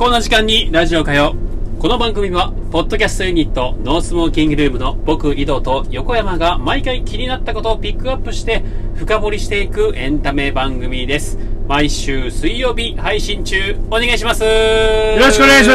こんな時間にラジオかよ。この番組はポッドキャストユニットノースモーキングルームの僕井戸と横山が毎回気になったことをピックアップして深掘りしていくエンタメ番組です。毎週水曜日配信中。お願いします。よろしくお願いします。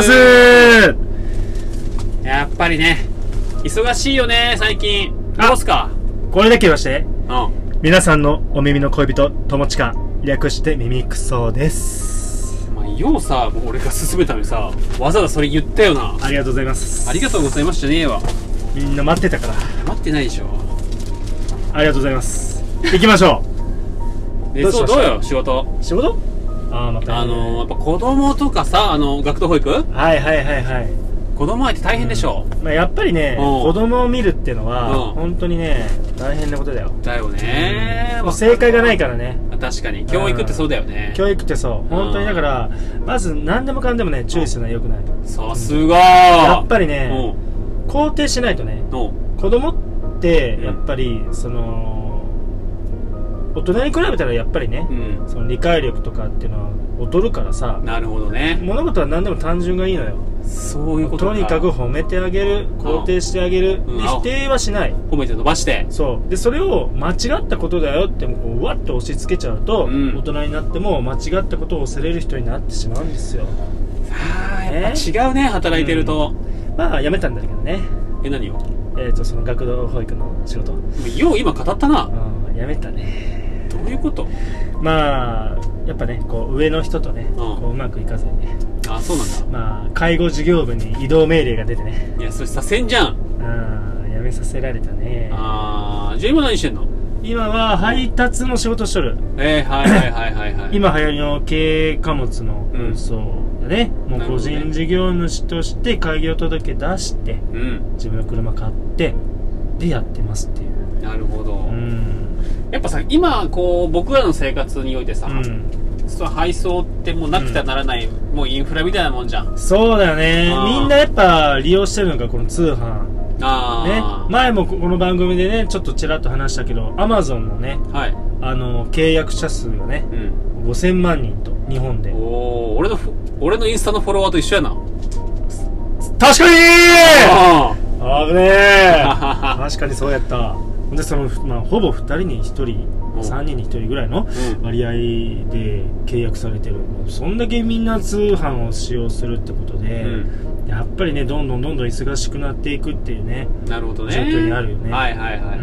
やっぱりね、忙しいよね最近。どうすか。 これだけ言わして、皆さんのお耳の恋人友近、略して耳クソです。 ようさ、もう俺が勧めたのにさ、わざわざそれ言ったよな。 ありがとうございます。 ありがとうございますじゃねえわ。 みんな待ってたから。 待ってないでしょ。 ありがとうございます。行きましょう。で、そう、どうよ仕事。 仕事？また、 やっぱ子供とかさ、学童保育？ はいはいはいはい。 子供相手大変でしょ。 やっぱりね、子供を見るってのは、本当にね、大変なことだよ。 だよね。 もう正解がないからね。 確かに。教育ってそうだよね。 教育ってそう。本当にだから、まず何でもかんでもね、注意するのは良くない。 さすが。 やっぱりね、肯定しないとね、子供って、やっぱり、大人に比べたらやっぱりね、その理解力とかっていうのは劣るからさ。 なるほどね。 物事は何でも単純がいいのよ。 そういうことか。 とにかく褒めてあげる、肯定してあげる、否定はしない。 褒めて伸ばして。 そう。で、それを間違ったことだよってこうわっと押し付けちゃうと、大人になっても間違ったことを責れる人になってしまうんですよ。 やっぱ違うね、働いてると。 まあ、やめたんだけどね。 何を？ その学童保育の仕事。 よう今語ったな。 やめたね。 どういうこと？ まあ、やっぱね、こう上の人とね、こううまくいかずにね。 あ、そうなんだ。 まあ、介護事業部に異動命令が出てね。 いや、それさせんじゃん。 やめさせられたね。 じゃあ今何してんの？ 今は配達の仕事しとる。 はいはいはいはいはい。 今流行りの軽貨物の運送だね。もう個人事業主として開業届出して、自分の車買ってでやってますっていう。 なるほど。やっぱさ、今こう僕らの生活においてさ、配送ってもうなくてはならない、もうインフラみたいなもんじゃん。 そうだよね。みんなやっぱ利用してるのがこの通販。ね、前もこの番組でねちょっとちらっと話したけど、アマゾンのね、契約者数がね、5000万人と日本で。 俺のインスタのフォロワーと一緒やな。 確かに危ねえ確かにそうやった。でほぼ2人に1人3人に1人ぐらいの割合で契約されてる。そんだけみんな通販を使用するってことで、やっぱりねどんどん忙しくなっていくっていうね。 なるほどね。 状況にあるよね。 はいはいはい。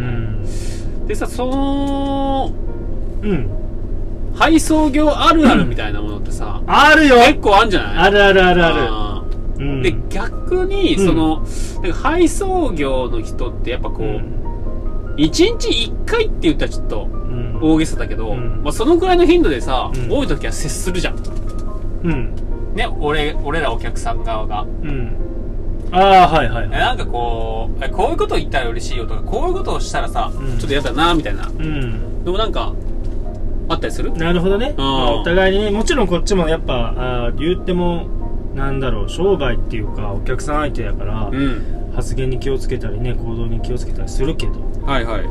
でさ、その配送業あるあるみたいなものってさ、 あるよ。 結構あるんじゃない？あるあるあるある。 で逆になんか配送業の人ってやっぱこう1日1回って言ったらちょっと大げさだけど、まあそのくらいの頻度でさ、多い時は接するじゃん。ね、俺らお客さん側が。 はいはい。 なんかこういうことを言ったら嬉しいよとか、こういうことをしたらさ、ちょっと嫌だなみたいな。でもなんかあったりする？ なるほどね。お互いにね、もちろんこっちもやっぱ言ってもなんだろう、商売っていうかお客さん相手だから、発言に気をつけたりね、行動に気をつけたりするけど。 はいはい。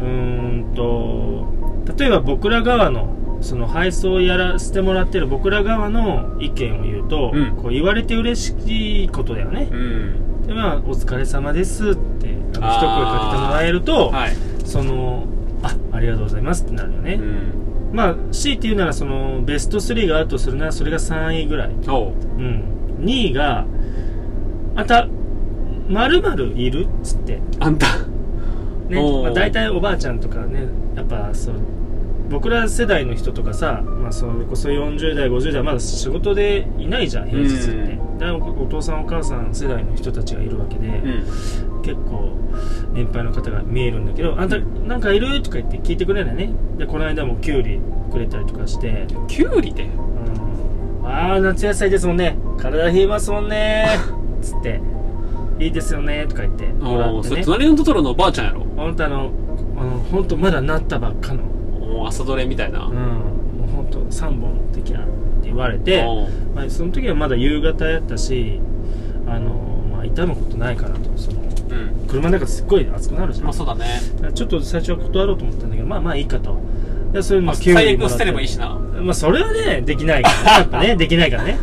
例えば僕ら側のその配送をやらせてもらってる僕ら側の意見を言うと、こう言われて嬉しいことだよね。でお疲れ様ですって一声かけてもらえると、ありがとうございますってなるよね。まあ強いて言うならそのベスト3があるとするならそれが3位ぐらい。2位があんた〇〇いるっつって。 あんたね、大体おばあちゃんとかね、やっぱそう僕ら世代の人とかさ、それこそ40代50代まだ仕事でいないじゃん平日って。だからお父さんお母さん世代の人たちがいるわけで、結構年配の方が見えるんだけど、あんたなんかいるとか言って聞いてくれないね。でこの間もキュウリくれたりとかして。 キュウリで？ 夏野菜ですもんね、体冷えますもんねつっていいですよねとか言ってもらってね。 隣のトトロのおばあちゃんやろ。 本当まだなったばっかの朝どれみたいな。 もう本当3本持ってきゃって言われて、その時はまだ夕方やったし、痛むことないかなと。車の中すっごい暑くなるじゃん。 そうだね。 ちょっと最初は断ろうと思ったんだけど、まあいいかと。 そういうの最悪捨てればいいしな。 それはねできないからねやっぱねできないからね。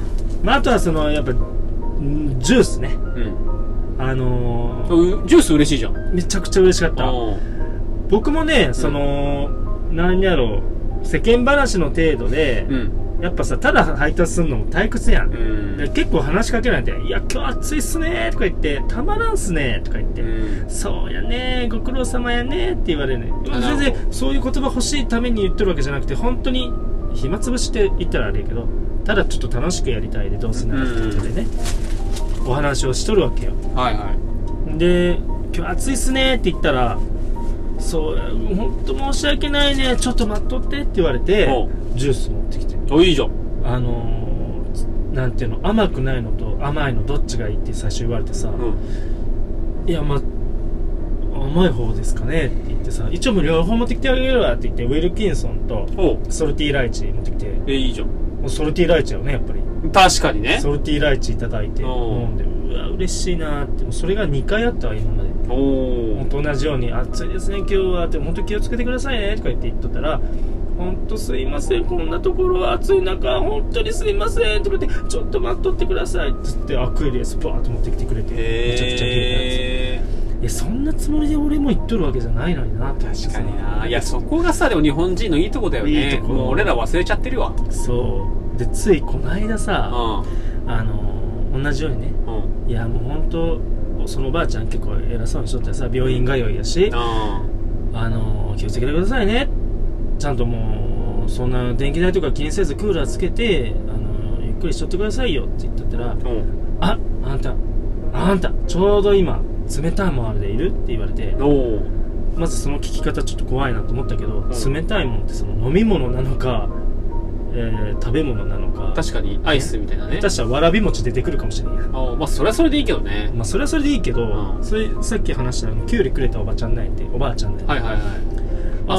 まあ、あとはそのやっぱジュースね、 ジュース嬉しいじゃん。 めちゃくちゃ嬉しかった。僕もね、その、何やろう、世間話の程度で、やっぱさ、ただ配達するのも退屈やん。結構話しかけられて、いや、今日暑いっすねとか言って、たまらんっすねとか言って、そうやねご苦労様やねって言われるね。全然、そういう言葉欲しいために言ってるわけじゃなくて、本当に、暇つぶしって言ったらあれやけど、ただちょっと楽しくやりたいでどうすんならってことでね、お話をしとるわけよ。 はいはい。 で、今日暑いっすねって言ったら、そう、本当申し訳ないね、ちょっと待っとってって言われて、ジュース持ってきて。 いいじゃん。 なんていうの、甘くないのと甘いのどっちがいいって最初言われてさ、いや、まあ、甘い方ですかねって言ってさ、一応もう両方持ってきてあげるわって言って、ウィルキンソンとソルティーライチ持ってきて。 いいじゃん。もうソルティーライチよね、やっぱり。 確かにね。 ソルティーライチいただいて、飲んで、うわ、嬉しいなって。もうそれが2回あったわ、今まで。ほんと同じように、暑いですね、今日はって、ほんと気をつけてくださいねとか言っとったら、ほんとすいません、こんなところ暑い中、本当にすいませんとか言って、ちょっと待っとってくださいって言って、アクエリアスバーッと持ってきてくれて、めちゃくちゃ冷えたやつ。いや、そんなつもりで俺も言っとるわけじゃないのになって。 確かにな。いや、そこがさ、でも日本人のいいとこだよね。いいとこ。もう俺ら忘れちゃってるわ。 そうで、ついこの間さ、同じようにね、いや、もう本当そのおばあちゃん結構偉そうにしとってさ、病院通いやし、気をつけてくださいね、ちゃんともうそんな電気代とか気にせずクーラーつけてゆっくりしとってくださいよって言ったら、あんたちょうど今冷たいもんあるでいるって言われて、まずその聞き方ちょっと怖いなと思ったけど、冷たいもんってその飲み物なのか、食べ物なのか。 確かにアイスみたいなね。 下手したらわらび餅出てくるかもしれない。 まあそれはそれでいいけどね。 まあそれはそれでいいけど、それさっき話したキュウリくれたおばちゃんないんで、おばあちゃんだよ。 はいはいはい。 まあ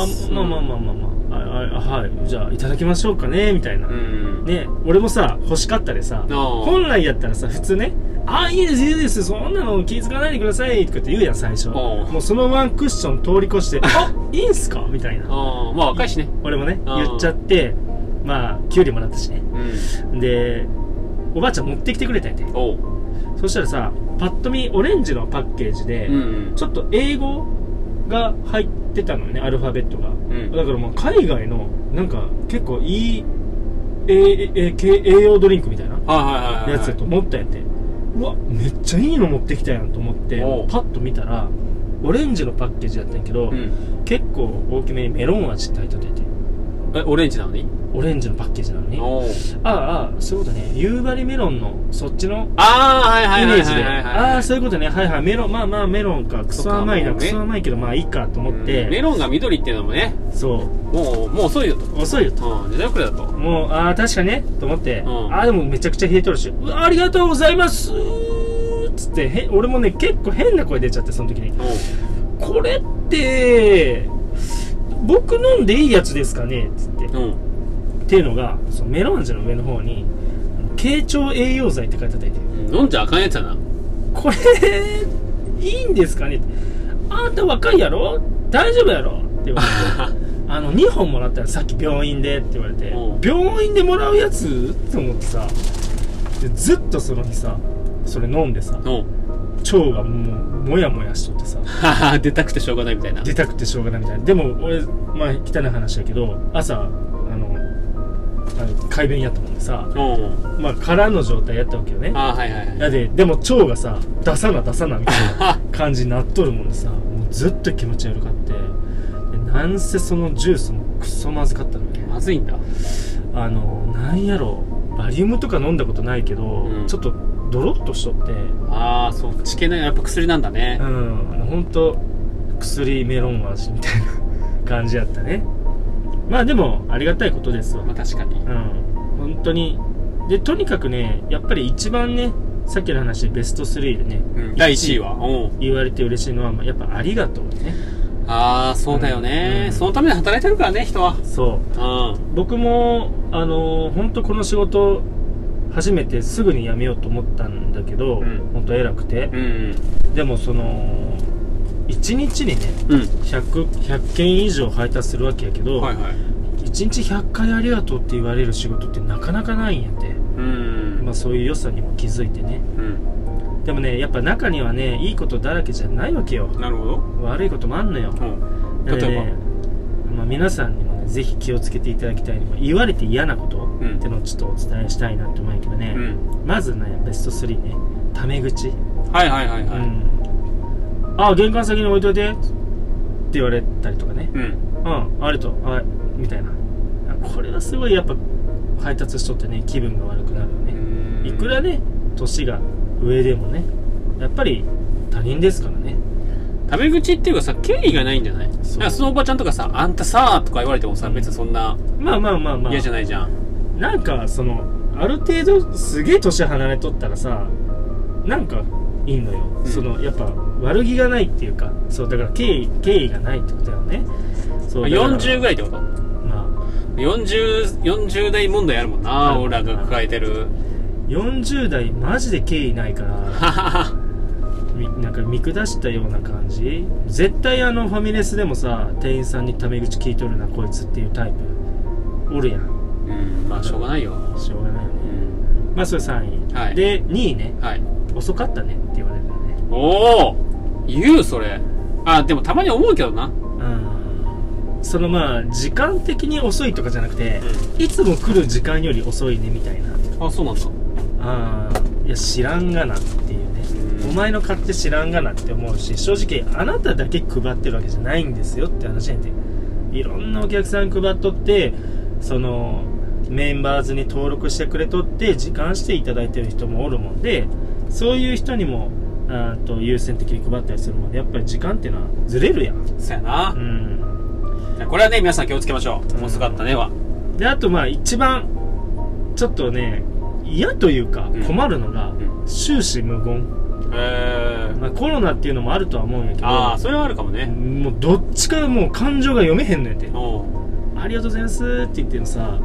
はい、じゃあいただきましょうかねみたいな。ね、俺もさ欲しかったでさ、本来やったらさ普通ね、いいですいいです、そんなの気づかないでくださいとかって言うやん最初。もうそのワンクッション通り越していいんすかみたいな。 まあ若いしね。 俺もね言っちゃって、まあキュウリもらったしね。でおばあちゃん持ってきてくれたんやて。そしたらさ、パッと見オレンジのパッケージでちょっと英語が入ってたのよね、アルファベットが。だからもう海外のなんか結構いい栄養ドリンクみたいなやつだと思ったんやて。うわ、めっちゃいいの持ってきたやんと思ってパッと見たらオレンジのパッケージだったんやけど、結構大きめにメロン味って入ってて。 オレンジなのに？ オレンジのパッケージなのに。そうだね、夕張メロンのそっちのイメージで、そういうことね。はいはい、メロン、まあメロンか、クソ甘いな、クソ甘いけどまあいいかと思って。 メロンが緑っていうのもね、そうもう遅いよと。 遅いよと。 時代遅れだと。もう確かねと思って、でもめちゃくちゃ冷えとるし、うわ、ありがとうございますつって、俺もね結構変な声出ちゃって、その時に、これって僕飲んでいいやつですかねつって、っていうのがそのメロン味の上の方に経腸栄養剤って書いてあったりて、 飲んじゃあかんやつやな。 これいいんですかね、あんた若いやろ大丈夫やろって言われて2本もらったらさっき病院でって言われて、病院でもらうやつって思ってさ、でずっとその日さそれ飲んでさ、腸がもうもやもやしとってさ出たくてしょうがないみたいな。 出たくてしょうがないみたいな。でも俺、まあ汚い話だけど、朝快便やったもんでさ、まあ空の状態やったわけよね。でも腸がさ出さなみたいな感じになっとるもんでさ、もうずっと気持ち悪かって、でなんせそのジュースもクソまずかったのね。 まずいんだ。 なんやろ、バリウムとか飲んだことないけど、ちょっとドロッとしとって。 そうか、チケナやっぱ薬なんだね。 本当薬メロン味みたいな感じやったね。まあでもありがたいことですわ。 確かに。 本当に。でとにかくね、やっぱり一番ね、さっきの話ベスト3でね、 第1位は言われて嬉しいのは、やっぱありがとうね。 そうだよね。そのために働いてるからね、人は。 そう。僕も本当この仕事初めてすぐに辞めようと思ったんだけど、本当偉くて。でもその1日にね、100件以上配達するわけやけど、1日100回ありがとうって言われる仕事ってなかなかないんやって。 あ、そういう良さにも気づいてね、でもねやっぱ中にはねいいことだらけじゃないわけよ。 なるほど。 悪いこともあんのよ。例えば、まあ、皆さんにもねぜひ気をつけていただきたいのは言われて嫌なことってのをちょっとお伝えしたいなと思うんやけどね、まずねベスト3ね、タメ口。 はいはいはいはい、 あ、玄関先に置いといてって言われたりとかね、ありがとう、はいみたいな。これはすごいやっぱ配達しとってね気分が悪くなるよね。いくらね年が上でもねやっぱり他人ですからね。 タメ口っていうかさ、敬意がないんじゃない？そのおばちゃんとかさ、あんたさーとか言われてもさ、別にそんな嫌じゃないじゃん。 なんかそのある程度すげえ年離れとったらさ、なんかいいのよ、そのやっぱ悪気がないっていうか、そうだから敬意がないってことだよね。そう 40ぐらいってこと？まあ40代問題あるもんな、俺らが抱えてる。 40代マジで敬意ないからなんか見下したような感じ。絶対ファミレスでもさ、店員さんにタメ口聞いとるなこいつっていうタイプおるやん。 まあしょうがないよ。 しょうがないよね。まあそれ3位、はい、で2位ね、はい、遅かったねって言われるよね。 おお、言うそれ。あ、でもたまに思うけどな。 そのまあ時間的に遅いとかじゃなくて、いつも来る時間より遅いねみたいな。 あ、そうなんだ。 いや知らんがなっていうね、お前の勝手知らんがなって思うし、正直あなただけ配ってるわけじゃないんですよって話やんて。いろんなお客さん配っとって、そのメンバーズに登録してくれとって時間していただいてる人もおるもんで、そういう人にも優先的に配ったりするもんで、やっぱり時間っていうのはずれるやん。 そうやな。これはね皆さん気をつけましょう。遅かったねは。 であとまあ一番ちょっとね嫌というか困るのが、終始無言。まあ、コロナっていうのもあるとは思うんやけど、 ああそれはあるかもね。 もうどっちかもう感情が読めへんのやて。ありがとうございますって言ってんのさ、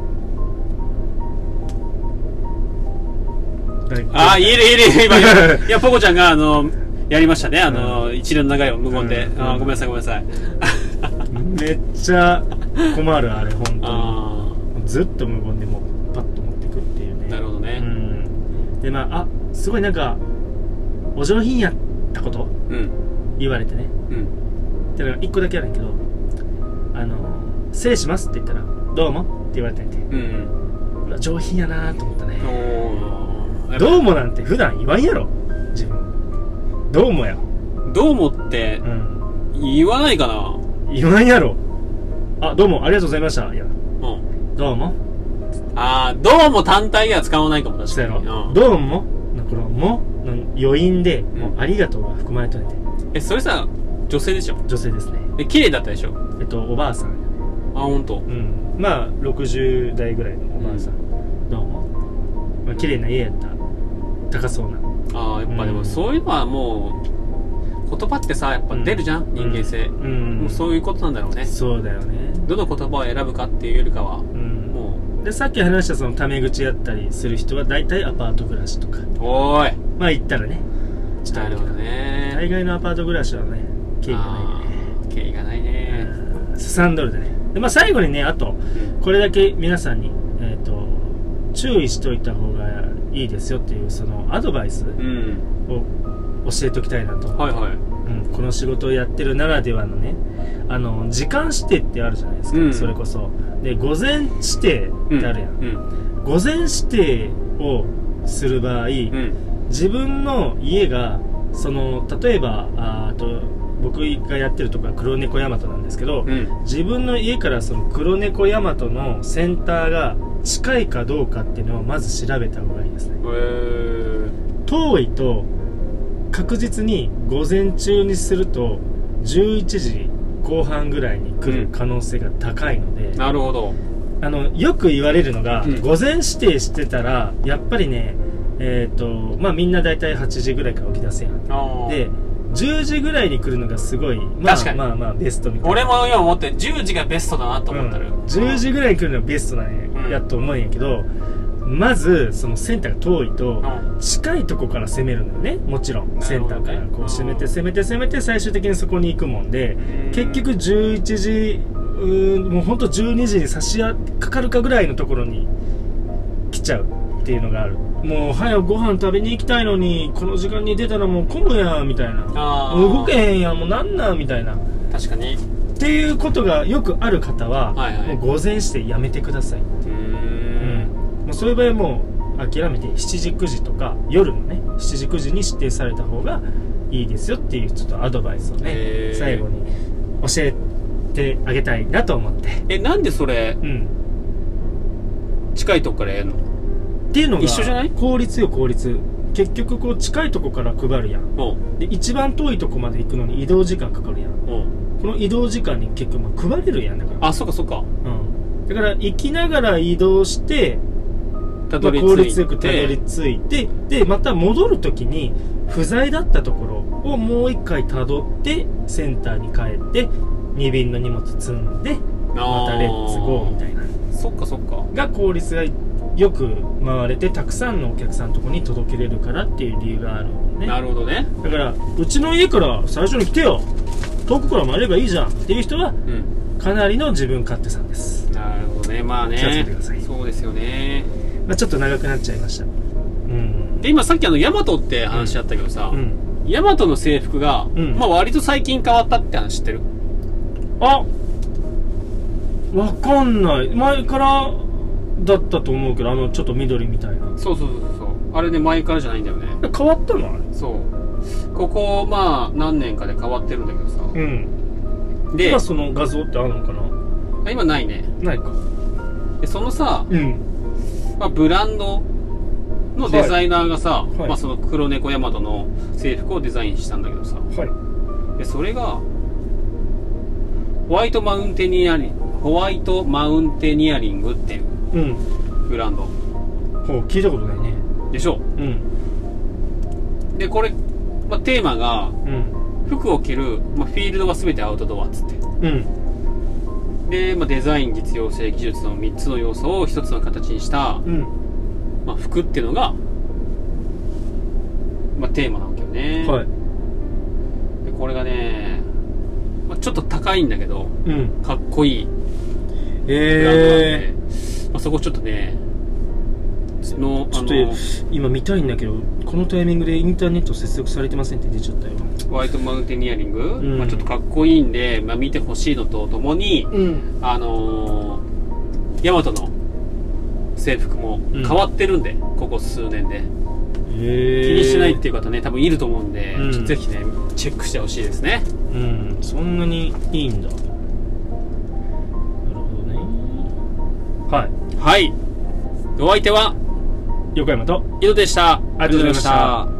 あ、いる今いやポコちゃんがやりましたね、一連の流れを無言で。ごめんなさいごめんなさいめっちゃ困るあれ本当に。ずっと無言でもうパッと持ってくっていうね。 なるほどね。 でまあすごいなんかお上品やったこと、言われてね。だから1個だけあるんやけど、失礼しますって言ったらどうもって言われたんやて。上品やなと思ったね。どうもなんて普段言わんやろ自分。どうもや。 どうもって言わないかな。 言わんやろ。あ、どうもありがとうございました。いや、どうも。 どうも単体では使わないかも。確かに。 どうもこのも余韻でもうありがとうが含まれてるんで。 それさ女性でしょ？女性ですね。 綺麗だったでしょ？ おばあさん。 本当。 まあ60代ぐらいのおばあさん。どうも。まあ綺麗な家やった。高そうな。 やっぱでもそういうのはもう言葉ってさやっぱ出るじゃん、人間性。もうそういうことなんだろうね。 そうだよね。 どの言葉を選ぶかっていうよりかは、もうでさっき話したそのタメ口やったりする人は大体アパート暮らしとか。 おーい。 まあ言ったらね。 なるほどね。 大概のアパート暮らしはね敬意がないね。 敬意がないね。 すさんどるでね。でまあ最後にねあとこれだけ皆さんに注意しといた方がいいですよっていうそのアドバイスを教えておきたいなと思って、この仕事をやってるならではのね時間指定ってあるじゃないですか、それこそで午前指定ってあるやん、午前指定をする場合、自分の家がその例えば僕がやってるとこは黒猫大和なんですけど、自分の家からその黒猫大和のセンターが近いかどうかっていうのをまず調べた方がいいですね。遠いと確実に午前中にすると11時後半ぐらいに来る可能性が高いので、 なるほど。 よく言われるのが、午前指定してたらやっぱりねまあみんな大体8時ぐらいから起き出せやん。で10時ぐらいに来るのがすごい、まあベストみたいな。 俺も今思って10時がベストだなと思ったる、 10時ぐらいに来るのがベストだね、やと思うんやけど、まずそのセンターが遠いと近いとこから攻めるのよね。もちろんセンターからこう攻めて最終的にそこに行くもんで、結局11時もうほんと12時に差し掛かるかぐらいのところに来ちゃうっっていうのがある。もう早くご飯食べに行きたいのにこの時間に出たらもう混むやんみたいな、動けへんやんもうなんなんみたいな。 確かにっていうことがよくある方は、もう午前してやめてください。もうそういう場合はもう諦めて7時9時とか夜のね7時9時に指定された方がいいですよっていうちょっとアドバイスをね最後に教えてあげたいなと思って。 なんでそれ、近いとこからやるのっていうのが一緒じゃない？効率よ、効率。結局こう近いとこから配るやん。で一番遠いとこまで行くのに移動時間かかるやん。この移動時間に結局配れるやんだから。 あ、そっかそっか。 だから行きながら移動して効率よくたどり着いて、でまた戻るときに不在だったところをもう一回たどってセンターに帰って2便の荷物積んでまたレッツゴーみたいな。 そっかそっか。が効率がよく回れてたくさんのお客さんのところに届けれるからっていう理由があるのね。 なるほどね。 だからうちの家から最初に来てよ、遠くから回ればいいじゃんっていう人は、かなりの自分勝手さんです。 なるほどね。まあね、気をつけてください。そうですよね。 ちょっと長くなっちゃいました。 で今さっきヤマトって話あったけどさ、ヤマトの制服が、まあ割と最近変わったって話知ってる？ あ、わかんない。前からだったと思うけど、ちょっと緑みたいな。 そう。あれね、前からじゃないんだよね。 変わったのあれ？ そう。ここまあ何年かで変わってるんだけどさ。 で今その画像ってあるのかな？ 今ないね。 ないか。 でそのさ、まあブランドのデザイナーがさ、まあその黒猫ヤマトの制服をデザインしたんだけどさ。でそれがホワイトマウンテニアリングっていうブランド。 聞いたことないね。 でしょ。でこれ、まあ、テーマが、服を着る、まあ、フィールドが全てアウトドアっつって、で、まあ、デザイン、実用性、技術の3つの要素を1つの形にした、まあ、服っていうのが、まあ、テーマなわけよね。でこれがね、まあ、ちょっと高いんだけど、かっこいいブランドなんで、まあ、そこちょっとねちょっと今見たいんだけど、このタイミングでインターネット接続されてませんって出ちゃったよ。 ホワイトマウンテニアリング、まあ、ちょっとかっこいいんで、まあ、見てほしいのとともに、ヤマトの制服も変わってるんで、ここ数年で気にしてないっていう方ね多分いると思うんで、ちょっとぜひねチェックしてほしいですね。 そんなにいいんだ。なるほどね。 はい、お相手は横山と井戸でした。 ありがとうございました。